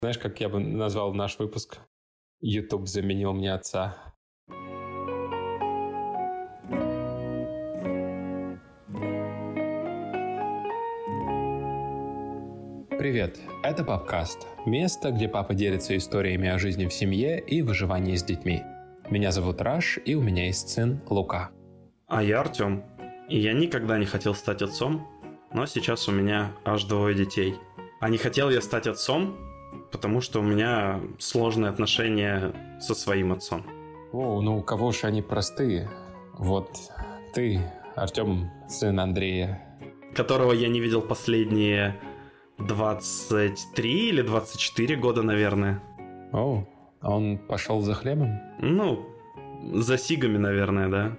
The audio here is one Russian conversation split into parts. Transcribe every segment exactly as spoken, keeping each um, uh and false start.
Знаешь, как я бы назвал наш выпуск? YouTube заменил мне отца. Привет, это Папкаст. Место, где папа делится историями о жизни в семье и выживании с детьми. Меня зовут Раш, и у меня есть сын Лука. А я Артем. И я никогда не хотел стать отцом, но сейчас у меня аж двое детей. А не хотел я стать отцом, потому что у меня сложные отношения со своим отцом. О, ну у кого же они простые? Вот ты, Артем, сын Андрея. Которого я не видел последние двадцать три или двадцать четыре года, наверное. О, он пошел за хлебом? Ну, за сигами, наверное, да.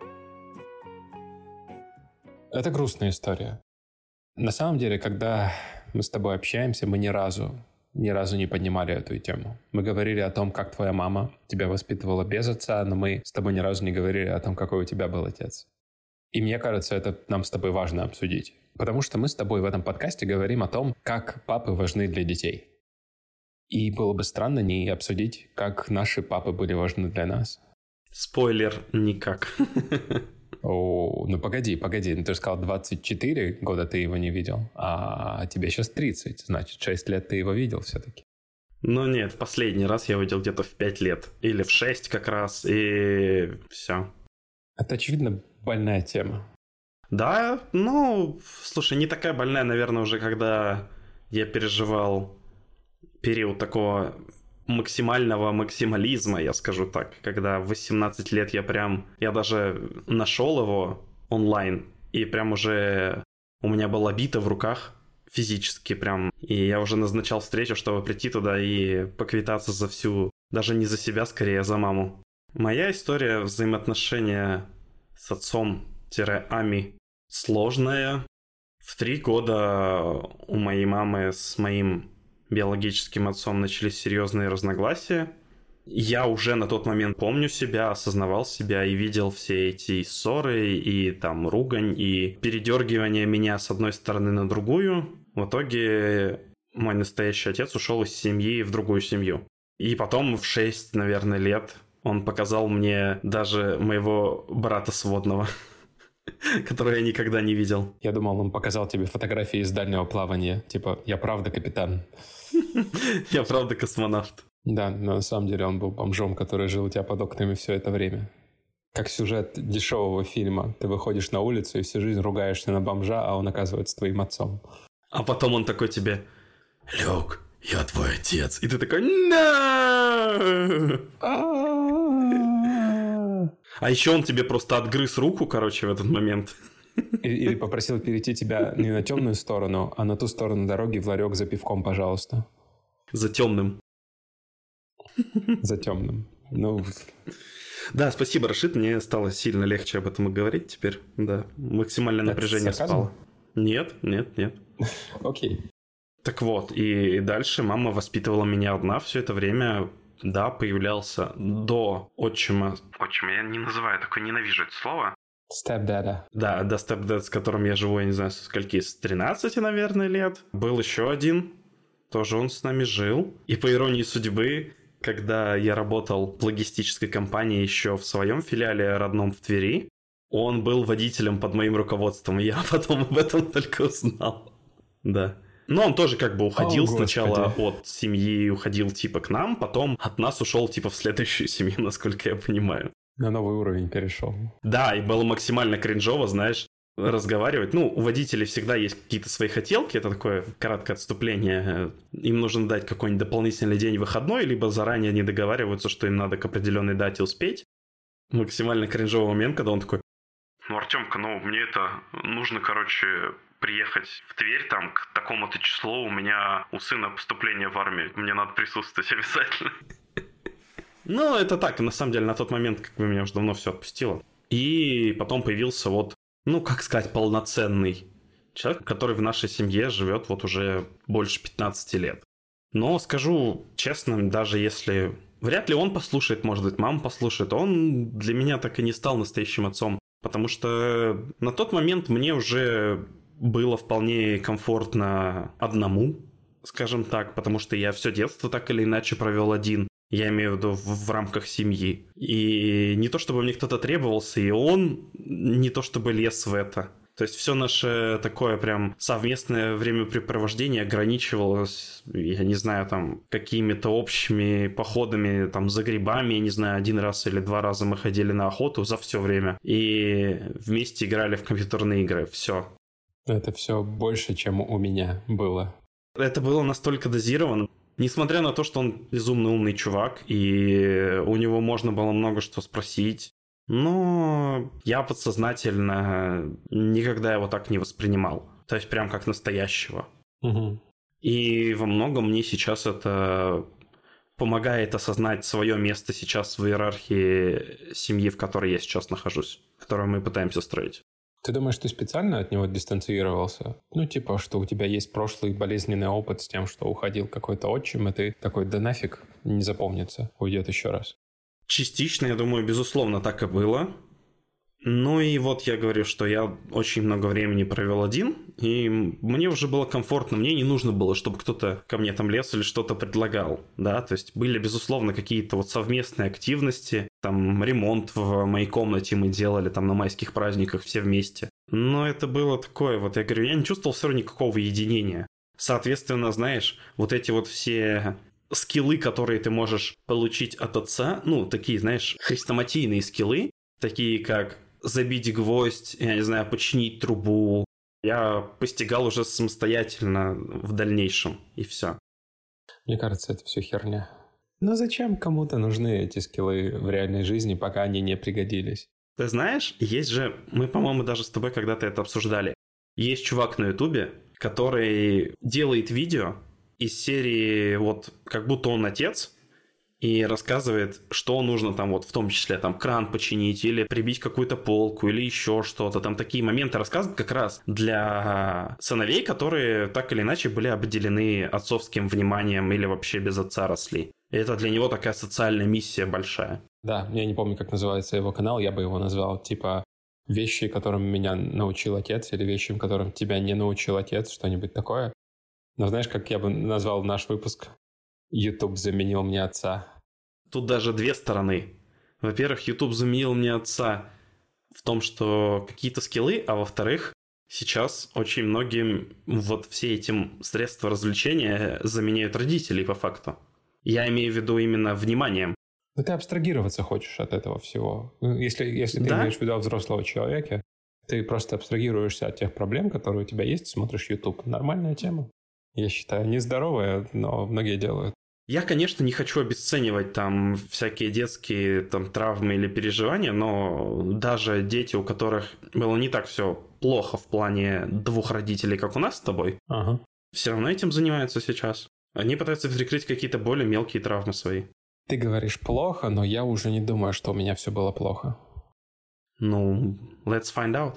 Это грустная история. На самом деле, когда мы с тобой общаемся, мы ни разу, ни разу не поднимали эту тему. Мы говорили о том, как твоя мама тебя воспитывала без отца, но мы с тобой ни разу не говорили о том, какой у тебя был отец. И мне кажется, это нам с тобой важно обсудить. Потому что мы с тобой в этом подкасте говорим о том, как папы важны для детей. И было бы странно не обсудить, как наши папы были важны для нас. Спойлер, никак. О, ну погоди, погоди. Ну, ты же сказал, двадцать четыре года ты его не видел, а тебе сейчас тридцать. Значит, шесть лет ты его видел все-таки. Ну нет, в последний раз я видел где-то в пять лет. Или в шесть как раз, и все. Это, очевидно, больная тема. Да, ну, слушай, не такая больная, наверное, уже когда я переживал период такого максимального максимализма, я скажу так. Когда в восемнадцать лет я прям, я даже нашел его онлайн, и прям уже у меня была бита в руках физически прям, и я уже назначал встречу, чтобы прийти туда и поквитаться за всю, даже не за себя, скорее, а за маму. Моя история взаимоотношения с отцом-ами сложная. В три года у моей мамы с моим биологическим отцом начались серьезные разногласия. Я уже на тот момент помню себя, осознавал себя и видел все эти ссоры, и там ругань, и передергивание меня с одной стороны на другую. В итоге мой настоящий отец ушел из семьи в другую семью. И потом в шесть, наверное, лет он показал мне даже моего брата сводного, которого я никогда не видел. Я думал, он показал тебе фотографии из дальнего плавания. Типа, я правда капитан. Я правда космонавт. Да, но на самом деле он был бомжом, который жил у тебя под окнами все это время. Как сюжет дешевого фильма. Ты выходишь на улицу и всю жизнь ругаешься на бомжа, а он оказывается твоим отцом. А потом он такой тебе: Люк, я твой отец. И ты такой: «На!» А еще он тебе просто отгрыз руку, короче, в этот момент. Или попросил перейти тебя не на темную сторону, а на ту сторону дороги в ларек за пивком, пожалуйста. За темным. За темным. Ну... Да, спасибо, Рашид. Мне стало сильно легче об этом и говорить теперь. Да, максимальное напряжение спало. Нет, нет, нет. Окей. Так вот, и дальше мама воспитывала меня одна все это время. Да, появлялся до отчима. Отчима, я не называю, такое ненавижу это слово. Stepdad. Да, до stepdad, с которым я живу, я не знаю, со скольки, с тринадцати, наверное, лет. Был еще один, тоже он с нами жил. И по иронии судьбы, когда я работал в логистической компании еще в своем филиале родном в Твери, он был водителем под моим руководством, и я потом об этом только узнал. Да. Но он тоже как бы уходил О, сначала Господи. от семьи, уходил типа к нам, потом от нас ушел типа в следующую семью, насколько я понимаю. На новый уровень перешел. Да, и было максимально кринжово, знаешь, разговаривать. Ну, у водителей всегда есть какие-то свои хотелки, это такое краткое отступление. Им нужно дать какой-нибудь дополнительный день выходной, либо заранее они договариваются, что им надо к определенной дате успеть. Максимально кринжовый момент, когда он такой: ну, Артемка, ну, мне это нужно, короче, приехать в Тверь, там, к такому-то числу, у меня у сына поступление в армию, мне надо присутствовать обязательно. Ну, это так, на самом деле, на тот момент, как бы, меня уже давно все отпустило. И потом появился вот, ну, как сказать, полноценный человек, который в нашей семье живет вот уже больше пятнадцати лет. Но скажу честно, даже если... Вряд ли он послушает, может быть, мама послушает, он для меня так и не стал настоящим отцом. Потому что на тот момент мне уже было вполне комфортно одному. скажем так, потому что я все детство так или иначе провел один. Я имею в виду в, в рамках семьи. И не то чтобы мне кто-то требовался, и он не то чтобы лез в это. То есть все наше такое прям совместное времяпрепровождение ограничивалось, я не знаю, там, какими-то общими походами там за грибами, я не знаю, один раз или два раза мы ходили на охоту за все время и вместе играли в компьютерные игры, все. Это все больше, чем у меня было. Это было настолько дозировано. Несмотря на то, что он безумно умный чувак, и у него можно было много что спросить, но я подсознательно никогда его так не воспринимал. То есть прям как настоящего. Угу. И во многом мне сейчас это помогает осознать свое место сейчас в иерархии семьи, в которой я сейчас нахожусь, которую мы пытаемся строить. Ты думаешь, ты специально от него дистанцировался? Ну, типа, что у тебя есть прошлый болезненный опыт с тем, что уходил какой-то отчим, и ты такой, да нафиг, не запомнится, уйдет еще раз. Частично, я думаю, безусловно, так и было. Ну и вот я говорю, что я очень много времени провел один, и мне уже было комфортно, мне не нужно было, чтобы кто-то ко мне там лез или что-то предлагал, да, то есть были, безусловно, какие-то вот совместные активности, там ремонт в моей комнате мы делали там на майских праздниках все вместе, но это было такое, вот я говорю, я не чувствовал все равно никакого единения, соответственно, знаешь, вот эти вот все скиллы, которые ты можешь получить от отца, ну, такие, знаешь, хрестоматийные скиллы, такие как забить гвоздь, я не знаю, починить трубу. Я постигал уже самостоятельно в дальнейшем, и все. Мне кажется, это все херня. Но зачем кому-то нужны эти скиллы в реальной жизни, пока они не пригодились? Ты знаешь, есть же, мы, по-моему, даже с тобой когда-то это обсуждали. Есть чувак на Ютубе, который делает видео из серии, вот, как будто он отец, и рассказывает, что нужно там вот в том числе там кран починить или прибить какую-то полку или еще что-то. Там такие моменты рассказывают как раз для сыновей, которые так или иначе были обделены отцовским вниманием или вообще без отца росли. И это для него такая социальная миссия большая. Да, я не помню, как называется его канал, я бы его назвал типа «Вещи, которым меня научил отец» или «Вещи, которым тебя не научил отец», что-нибудь такое. Но знаешь, как я бы назвал наш выпуск? YouTube заменил мне отца. Тут даже две стороны. Во-первых, YouTube заменил мне отца в том, что какие-то скиллы, а во-вторых, сейчас очень многим вот все эти средства развлечения заменяют родителей по факту. Я имею в виду именно вниманием. Но ты абстрагироваться хочешь от этого всего. Если, если ты да? имеешь в виду взрослого человека, ты просто абстрагируешься от тех проблем, которые у тебя есть, смотришь YouTube. Нормальная тема. Я считаю, нездоровая, но многие делают. Я, конечно, не хочу обесценивать там всякие детские там травмы или переживания, но даже дети, у которых было не так все плохо в плане двух родителей, как у нас с тобой, ага. все равно этим занимаются сейчас. Они пытаются прикрыть какие-то более мелкие травмы свои. Ты говоришь плохо, но я уже не думаю, что у меня все было плохо. Ну, let's find out.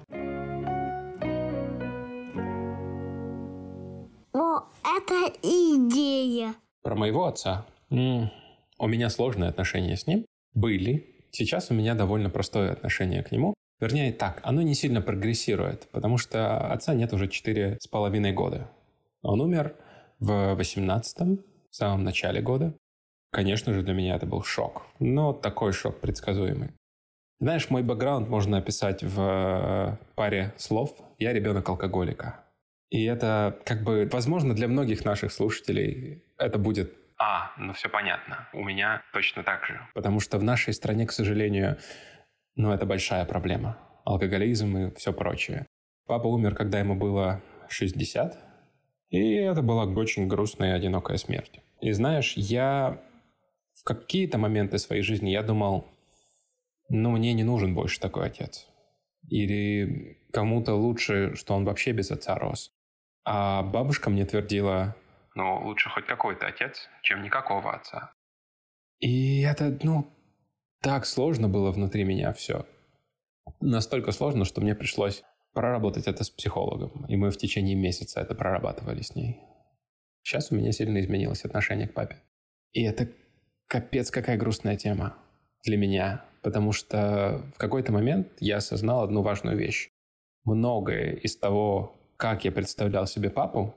О, это идея. Про моего отца. М-м, у меня сложные отношения с ним. Были. Сейчас у меня довольно простое отношение к нему. Вернее, так, оно не сильно прогрессирует, потому что отца нет уже четыре с половиной года. Он умер в восемнадцатом, в самом начале года. Конечно же, для меня это был шок. Но такой шок предсказуемый. Знаешь, мой бэкграунд можно описать в паре слов. Я ребенок алкоголика. И это, как бы, возможно, для многих наших слушателей это будет «А, ну все понятно, у меня точно так же». Потому что в нашей стране, к сожалению, ну это большая проблема. Алкоголизм и все прочее. Папа умер, когда ему было шестьдесят, и это была очень грустная и одинокая смерть. И знаешь, я в какие-то моменты своей жизни я думал, ну мне не нужен больше такой отец. Или кому-то лучше, что он вообще без отца рос. А бабушка мне твердила, ну, лучше хоть какой-то отец, чем никакого отца. И это, ну, так сложно было внутри меня все. Настолько сложно, что мне пришлось проработать это с психологом. И мы в течение месяца это прорабатывали с ней. Сейчас у меня сильно изменилось отношение к папе. И это капец какая грустная тема для меня. Потому что в какой-то момент я осознал одну важную вещь. Многое из того, как я представлял себе папу,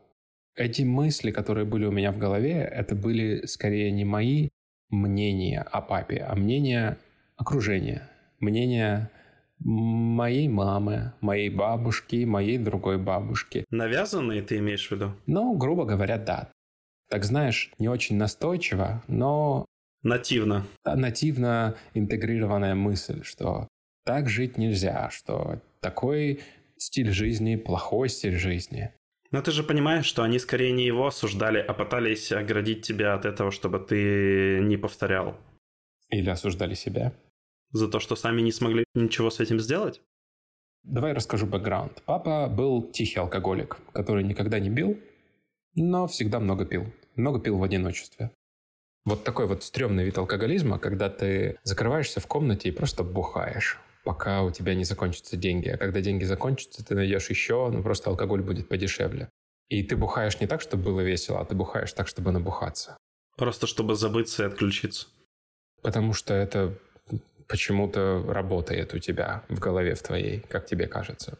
Эти мысли, которые были у меня в голове, это были скорее не мои мнения о папе, а мнения окружения, мнения моей мамы, моей бабушки, моей другой бабушки. Навязанные ты имеешь в виду? Ну, грубо говоря, да. Так знаешь, не очень настойчиво, но... Нативно. Нативно интегрированная мысль, что так жить нельзя, что такой стиль жизни, плохой стиль жизни. Но ты же понимаешь, что они скорее не его осуждали, а пытались оградить тебя от этого, чтобы ты не повторял. Или осуждали себя. За то, что сами не смогли ничего с этим сделать? Давай расскажу бэкграунд. Папа был тихий алкоголик, который никогда не бил, но всегда много пил. Много пил в одиночестве. Вот такой вот стрёмный вид алкоголизма, когда ты закрываешься в комнате и просто бухаешь, пока у тебя не закончатся деньги. А когда деньги закончатся, ты найдешь еще, но просто алкоголь будет подешевле. И ты бухаешь не так, чтобы было весело, а ты бухаешь так, чтобы набухаться. Просто чтобы забыться и отключиться. Потому что это почему-то работает у тебя в голове в твоей, как тебе кажется.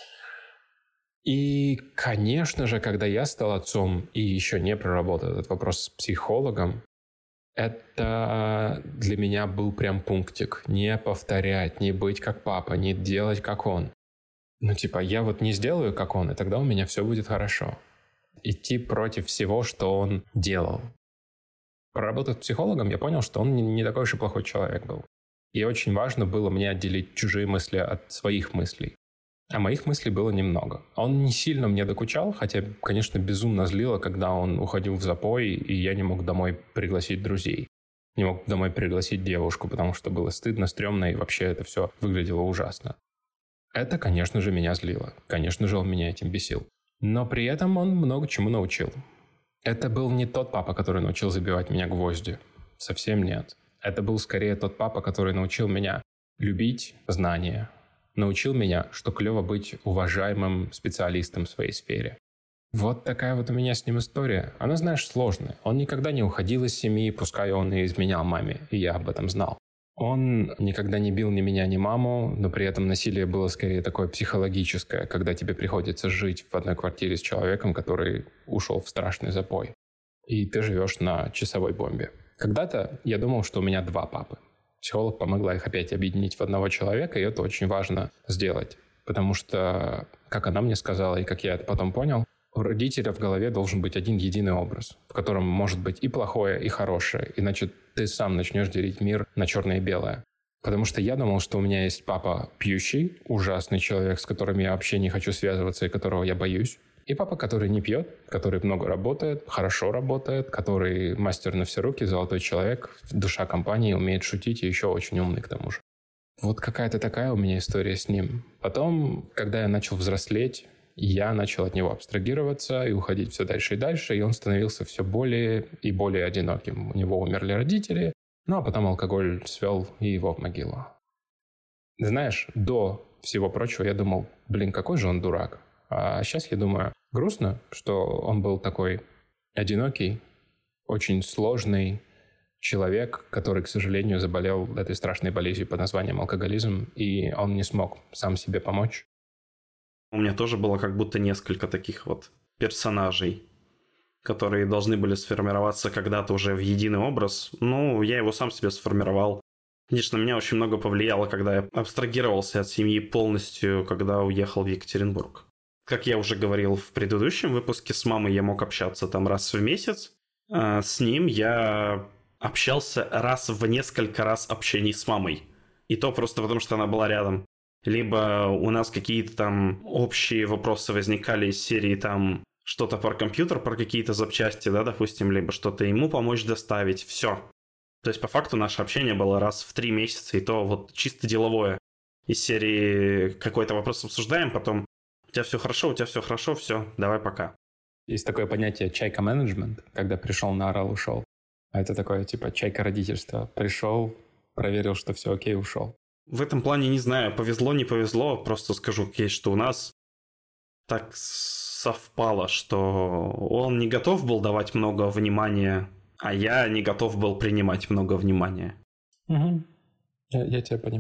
И, конечно же, когда я стал отцом и еще не проработал этот вопрос с психологом, это для меня был прям пунктик. Не повторять, не быть как папа, не делать как он. Ну, типа, я вот не сделаю как он, и тогда у меня все будет хорошо. Идти против всего, что он делал. Проработав с психологом, я понял, что он не такой уж и плохой человек был. И очень важно было мне отделить чужие мысли от своих мыслей. А моих мыслей было немного. Он не сильно мне докучал, хотя, конечно, безумно злило, когда он уходил в запой, и я не мог домой пригласить друзей. Не мог домой пригласить девушку, потому что было стыдно, стрёмно, и вообще это все выглядело ужасно. Это, конечно же, меня злило. Конечно же, он меня этим бесил. Но при этом он много чему научил. Это был не тот папа, который научил забивать меня гвозди. Совсем нет. Это был скорее тот папа, который научил меня любить знания. Научил меня, что клево быть уважаемым специалистом в своей сфере. Вот такая вот у меня с ним история. Она, знаешь, сложная. Он никогда не уходил из семьи, пускай он и изменял маме, и я об этом знал. Он никогда не бил ни меня, ни маму, но при этом насилие было скорее такое психологическое, когда тебе приходится жить в одной квартире с человеком, который ушел в страшный запой. И ты живешь на часовой бомбе. Когда-то я думал, что у меня два папы. Психолог помогла их опять объединить в одного человека, и это очень важно сделать. Потому что, как она мне сказала, и как я это потом понял, у родителя в голове должен быть один единый образ, в котором может быть и плохое, и хорошее. Иначе ты сам начнешь делить мир на черное и белое. Потому что я думал, что у меня есть папа пьющий, ужасный человек, с которым я вообще не хочу связываться и которого я боюсь. И папа, который не пьет, который много работает, хорошо работает, который мастер на все руки, золотой человек, душа компании, умеет шутить и еще очень умный к тому же. Вот какая-то такая у меня история с ним. Потом, когда я начал взрослеть, я начал от него абстрагироваться и уходить все дальше и дальше, и он становился все более и более одиноким. У него умерли родители, ну а потом алкоголь свел и его в могилу. Знаешь, до всего прочего я думал, блин, какой же он дурак. А сейчас я думаю, грустно, что он был такой одинокий, очень сложный человек, который, к сожалению, заболел этой страшной болезнью под названием алкоголизм, и он не смог сам себе помочь. У меня тоже было как будто несколько таких вот персонажей, которые должны были сформироваться когда-то уже в единый образ. Ну, я его сам себе сформировал. Конечно, меня очень много повлияло, когда я абстрагировался от семьи полностью, когда уехал в Екатеринбург. Как я уже говорил в предыдущем выпуске, с мамой я мог общаться там раз в месяц. А с ним я общался раз в несколько раз общений с мамой. И то просто потому, что она была рядом. Либо у нас какие-то там общие вопросы возникали из серии там что-то про компьютер, про какие-то запчасти, да, допустим, либо что-то ему помочь доставить. Все. То есть, по факту, наше общение было раз в три месяца, и то вот чисто деловое. Из серии какой-то вопрос обсуждаем, потом у тебя все хорошо, у тебя все хорошо, все, давай пока. Есть такое понятие чайка-менеджмент, когда пришел, наорал, ушел. А это такое типа чайка-родительство. Пришел, проверил, что все окей, ушел. В этом плане, не знаю, повезло, не повезло, просто скажу, есть, что у нас так совпало, что он не готов был давать много внимания, а я не готов был принимать много внимания. Угу. Я, я тебя понимаю.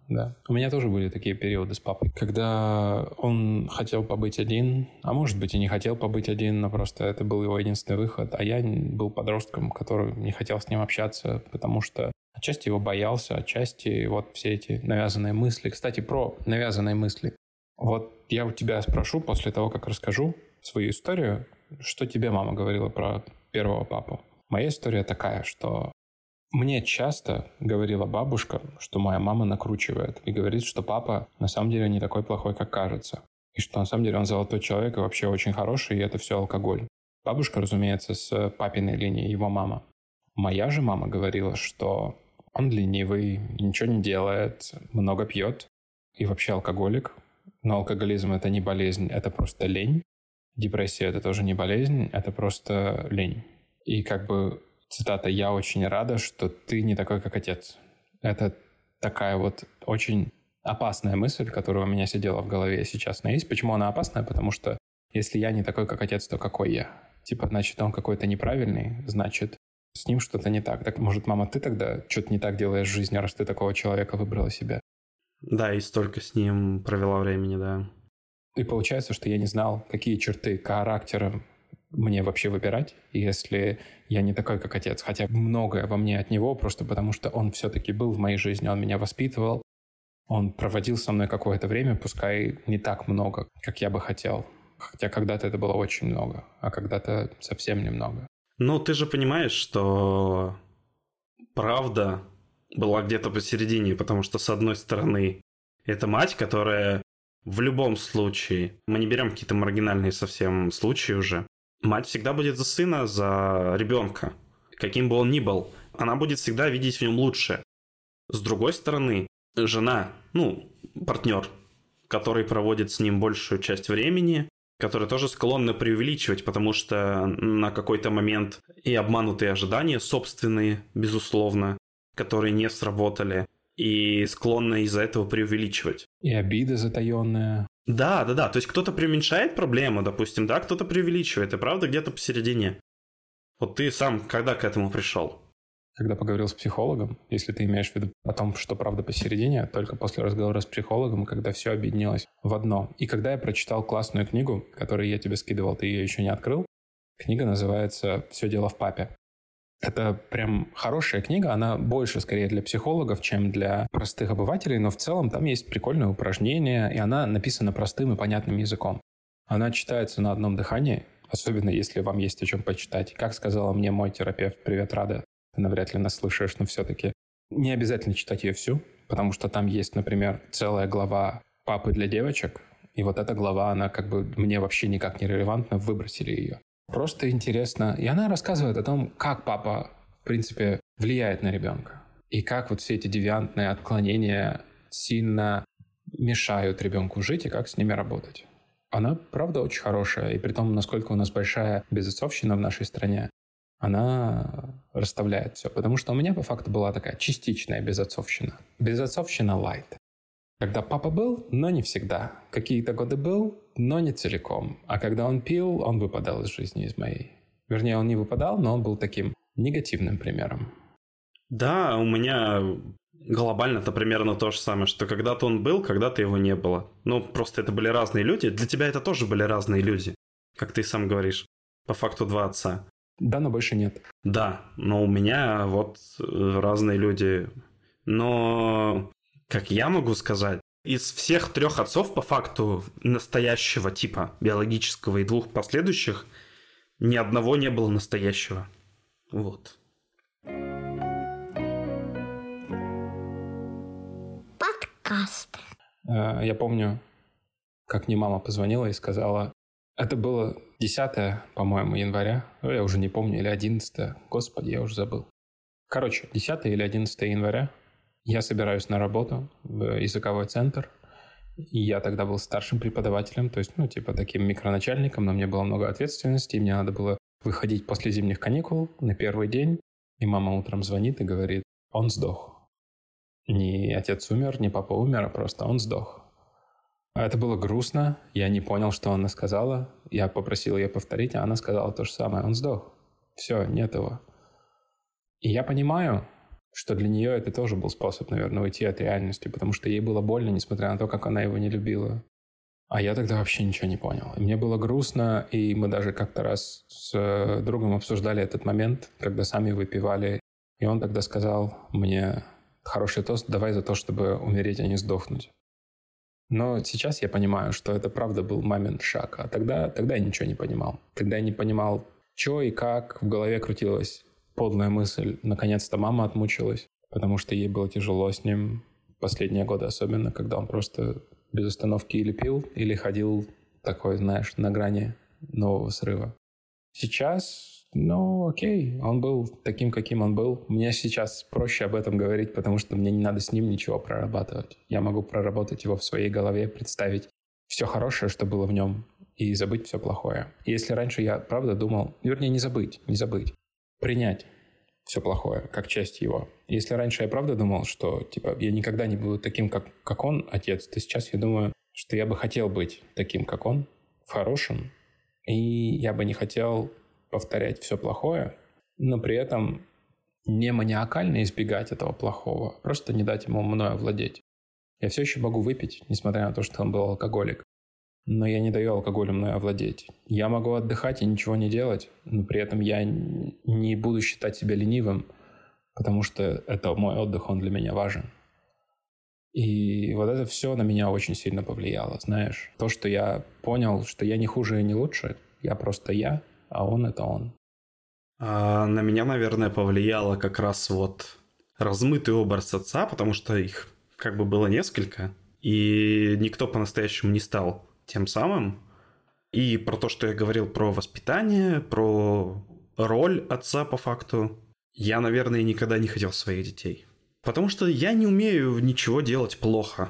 да. У меня тоже были такие периоды с папой, когда он хотел побыть один, а может быть и не хотел побыть один, но просто это был его единственный выход. А я был подростком, который не хотел с ним общаться, потому что отчасти его боялся, отчасти вот все эти навязанные мысли. Кстати, про навязанные мысли. Вот я у тебя спрошу после того, как расскажу свою историю, что тебе мама говорила про первого папу. Моя история такая, что мне часто говорила бабушка, что моя мама накручивает и говорит, что папа на самом деле не такой плохой, как кажется. И что на самом деле он золотой человек и вообще очень хороший, и это все алкоголь. Бабушка, разумеется, с папиной линии, его мама. Моя же мама говорила, что он ленивый, ничего не делает, много пьет и вообще алкоголик. Но алкоголизм — это не болезнь, это просто лень. Депрессия — это тоже не болезнь, это просто лень. И как бы цитата: «Я очень рада, что ты не такой, как отец». Это такая вот очень опасная мысль, которая у меня сидела в голове сейчас. Но есть. Почему она опасная? Потому что если я не такой, как отец, то какой я? Типа, значит, он какой-то неправильный, значит, с ним что-то не так. Так, может, мама, ты тогда что-то не так делаешь в жизни, раз ты такого человека выбрала себе? Да, и столько с ним провела времени, да. И получается, что я не знал, какие черты характера мне вообще выбирать, если я не такой, как отец. Хотя многое во мне от него, просто потому что он все-таки был в моей жизни, он меня воспитывал, он проводил со мной какое-то время, пускай не так много, как я бы хотел. Хотя когда-то это было очень много, а когда-то совсем немного. Ну, ты же понимаешь, что правда была где-то посередине, потому что, с одной стороны, это мать, которая в любом случае, мы не берем какие-то маргинальные совсем случаи уже, мать всегда будет за сына, за ребенка, каким бы он ни был. Она будет всегда видеть в нем лучшее. С другой стороны, жена, ну, партнер, который проводит с ним большую часть времени, который тоже склонна преувеличивать, потому что на какой-то момент и обманутые ожидания собственные, безусловно, которые не сработали, и склонна из-за этого преувеличивать. И обида затаенная. Да, да, да. То есть кто-то преуменьшает проблему, допустим, да, кто-то преувеличивает, и правда где-то посередине. Вот ты сам когда к этому пришел? Когда поговорил с психологом, если ты имеешь в виду о том, что правда посередине, только после разговора с психологом, когда все объединилось в одно. И когда я прочитал классную книгу, которую я тебе скидывал, ты ее еще не открыл, книга называется «Все дело в папе». Это прям хорошая книга, она больше скорее для психологов, чем для простых обывателей, но в целом там есть прикольное упражнение, и она написана простым и понятным языком. Она читается на одном дыхании, особенно если вам есть о чем почитать. Как сказала мне мой терапевт, привет, Рада, ты навряд ли нас слышишь, но все-таки не обязательно читать ее всю, потому что там есть, например, целая глава «Папы для девочек», и вот эта глава, она как бы мне вообще никак не релевантна, выбросили ее. Просто интересно. И она рассказывает о том, как папа, в принципе, влияет на ребенка. И как вот все эти девиантные отклонения сильно мешают ребенку жить, и как с ними работать. Она, правда, очень хорошая. И при том, насколько у нас большая безотцовщина в нашей стране, она расставляет все. Потому что у меня, по факту, была такая частичная безотцовщина. Безотцовщина лайт. Когда папа был, но не всегда. Какие-то годы был, но не целиком. А когда он пил, он выпадал из жизни, из моей. Вернее, он не выпадал, но он был таким негативным примером. Да, у меня глобально-то примерно то же самое, что когда-то он был, когда-то его не было. Ну, просто это были разные люди. Для тебя это тоже были разные люди, как ты сам говоришь. По факту два отца. Да, но больше нет. Да, но у меня вот разные люди. Но... Как я могу сказать, из всех трех отцов, по факту, настоящего типа биологического и двух последующих, ни одного не было настоящего. Вот. Подкаст. Я помню, как мне мама позвонила и сказала... Это было десятое, по-моему, января. Я уже не помню, или одиннадцатое. Господи, я уже забыл. Короче, десятое или одиннадцатое января. Я собираюсь на работу в языковой центр, и я тогда был старшим преподавателем, то есть, ну, типа таким микроначальником, но мне было много ответственности, и мне надо было выходить после зимних каникул на первый день, и мама утром звонит и говорит, он сдох. Не отец умер, не папа умер, а просто он сдох. А это было грустно, я не понял, что она сказала, я попросил ее повторить, а она сказала то же самое, он сдох. Все, нет его. И я понимаю, что для нее это тоже был способ, наверное, уйти от реальности, потому что ей было больно, несмотря на то, как она его не любила. А я тогда вообще ничего не понял. И мне было грустно, и мы даже как-то раз с другом обсуждали этот момент, когда сами выпивали. И он тогда сказал мне: хороший тост, давай за то, чтобы умереть, а не сдохнуть. Но сейчас я понимаю, что это правда был мамин шаг. А тогда, тогда я ничего не понимал. Тогда я не понимал, что и как. В голове крутилась подлая мысль. Наконец-то мама отмучилась, потому что ей было тяжело с ним. Последние годы особенно, когда он просто без остановки или пил, или ходил такой, знаешь, на грани нового срыва. Сейчас, ну, окей, он был таким, каким он был. Мне сейчас проще об этом говорить, потому что мне не надо с ним ничего прорабатывать. Я могу проработать его в своей голове, представить все хорошее, что было в нем, и забыть все плохое. И если раньше я, правда, думал, вернее, не забыть, не забыть, принять все плохое, как часть его. Если раньше я правда думал, что типа я никогда не буду таким, как, как он, отец, то сейчас я думаю, что я бы хотел быть таким, как он, в хорошем, и я бы не хотел повторять все плохое, но при этом не маниакально избегать этого плохого, просто не дать ему мною овладеть. Я все еще могу выпить, несмотря на то, что он был алкоголик, но я не даю алкоголю мною овладеть. Я могу отдыхать и ничего не делать, но при этом я не буду считать себя ленивым, потому что это мой отдых, он для меня важен. И вот это все на меня очень сильно повлияло, знаешь. То, что я понял, что я не хуже и не лучше, я просто я, а он — это он. А на меня, наверное, повлияло как раз вот размытый образ отца, потому что их как бы было несколько, и никто по-настоящему не стал тем самым. И про то, что я говорил про воспитание, про роль отца по факту, я, наверное, никогда не хотел своих детей. Потому что я не умею ничего делать плохо.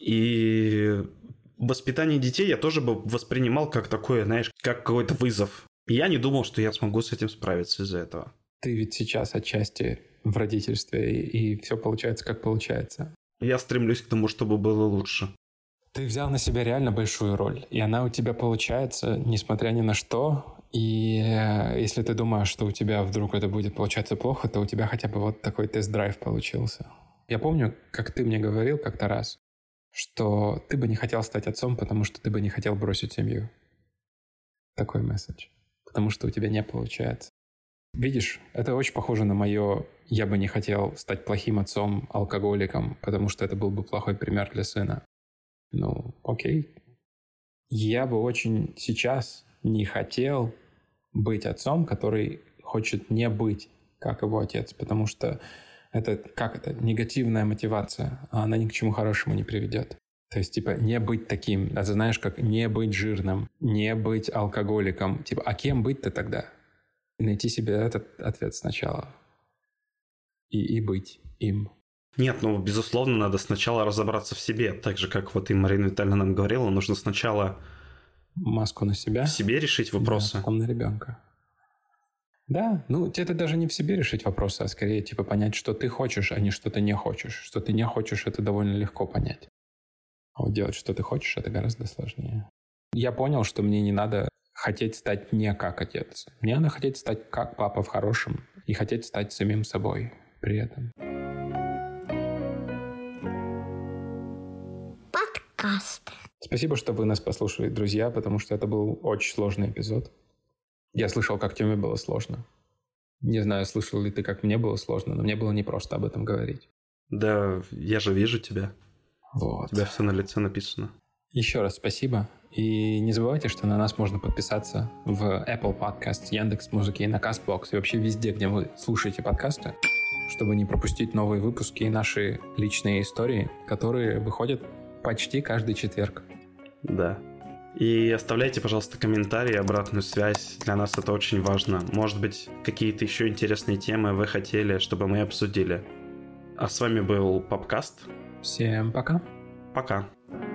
И воспитание детей я тоже бы воспринимал как такое, знаешь, как какой-то вызов. И я не думал, что я смогу с этим справиться из-за этого. Ты ведь сейчас отчасти в родительстве, и, и все получается, как получается. Я стремлюсь к тому, чтобы было лучше. Ты взял на себя реально большую роль, и она у тебя получается, несмотря ни на что. И э, если ты думаешь, что у тебя вдруг это будет получаться плохо, то у тебя хотя бы вот такой тест-драйв получился. Я помню, как ты мне говорил как-то раз, что ты бы не хотел стать отцом, потому что ты бы не хотел бросить семью. Такой месседж. Потому что у тебя не получается. Видишь, это очень похоже на мое «я бы не хотел стать плохим отцом, алкоголиком, потому что это был бы плохой пример для сына». Ну, окей. Я бы очень сейчас не хотел быть отцом, который хочет не быть как его отец, потому что это, как это, негативная мотивация, а она ни к чему хорошему не приведет. То есть, типа, не быть таким, это знаешь, как не быть жирным, не быть алкоголиком. Типа, а кем быть-то тогда? И найти себе этот ответ сначала. И, и быть им. Нет, ну, безусловно, надо сначала разобраться в себе. Так же, как вот и Марина Витальевна нам говорила, нужно сначала маску на себя. В себе решить вопросы. Да, потом на ребенка. Да, ну, это даже не в себе решить вопросы, а скорее, типа, понять, что ты хочешь, а не что ты не хочешь. Что ты не хочешь, это довольно легко понять. А вот делать, что ты хочешь, это гораздо сложнее. Я понял, что мне не надо хотеть стать не как отец. Мне надо хотеть стать как папа в хорошем и хотеть стать самим собой при этом. Подкаст. Спасибо, что вы нас послушали, друзья, потому что это был очень сложный эпизод. Я слышал, как Тёме было сложно. Не знаю, слышал ли ты, как мне было сложно, но мне было непросто об этом говорить. Да, я же вижу тебя. Вот. У тебя все на лице написано. Еще раз спасибо. И не забывайте, что на нас можно подписаться в Apple Podcasts, Яндекс.Музыке и на CastBox, и вообще везде, где вы слушаете подкасты, чтобы не пропустить новые выпуски и наши личные истории, которые выходят почти каждый четверг. Да. И оставляйте, пожалуйста, комментарии, обратную связь. Для нас это очень важно. Может быть, какие-то еще интересные темы вы хотели, чтобы мы обсудили. А с вами был Попкаст. Всем пока. Пока.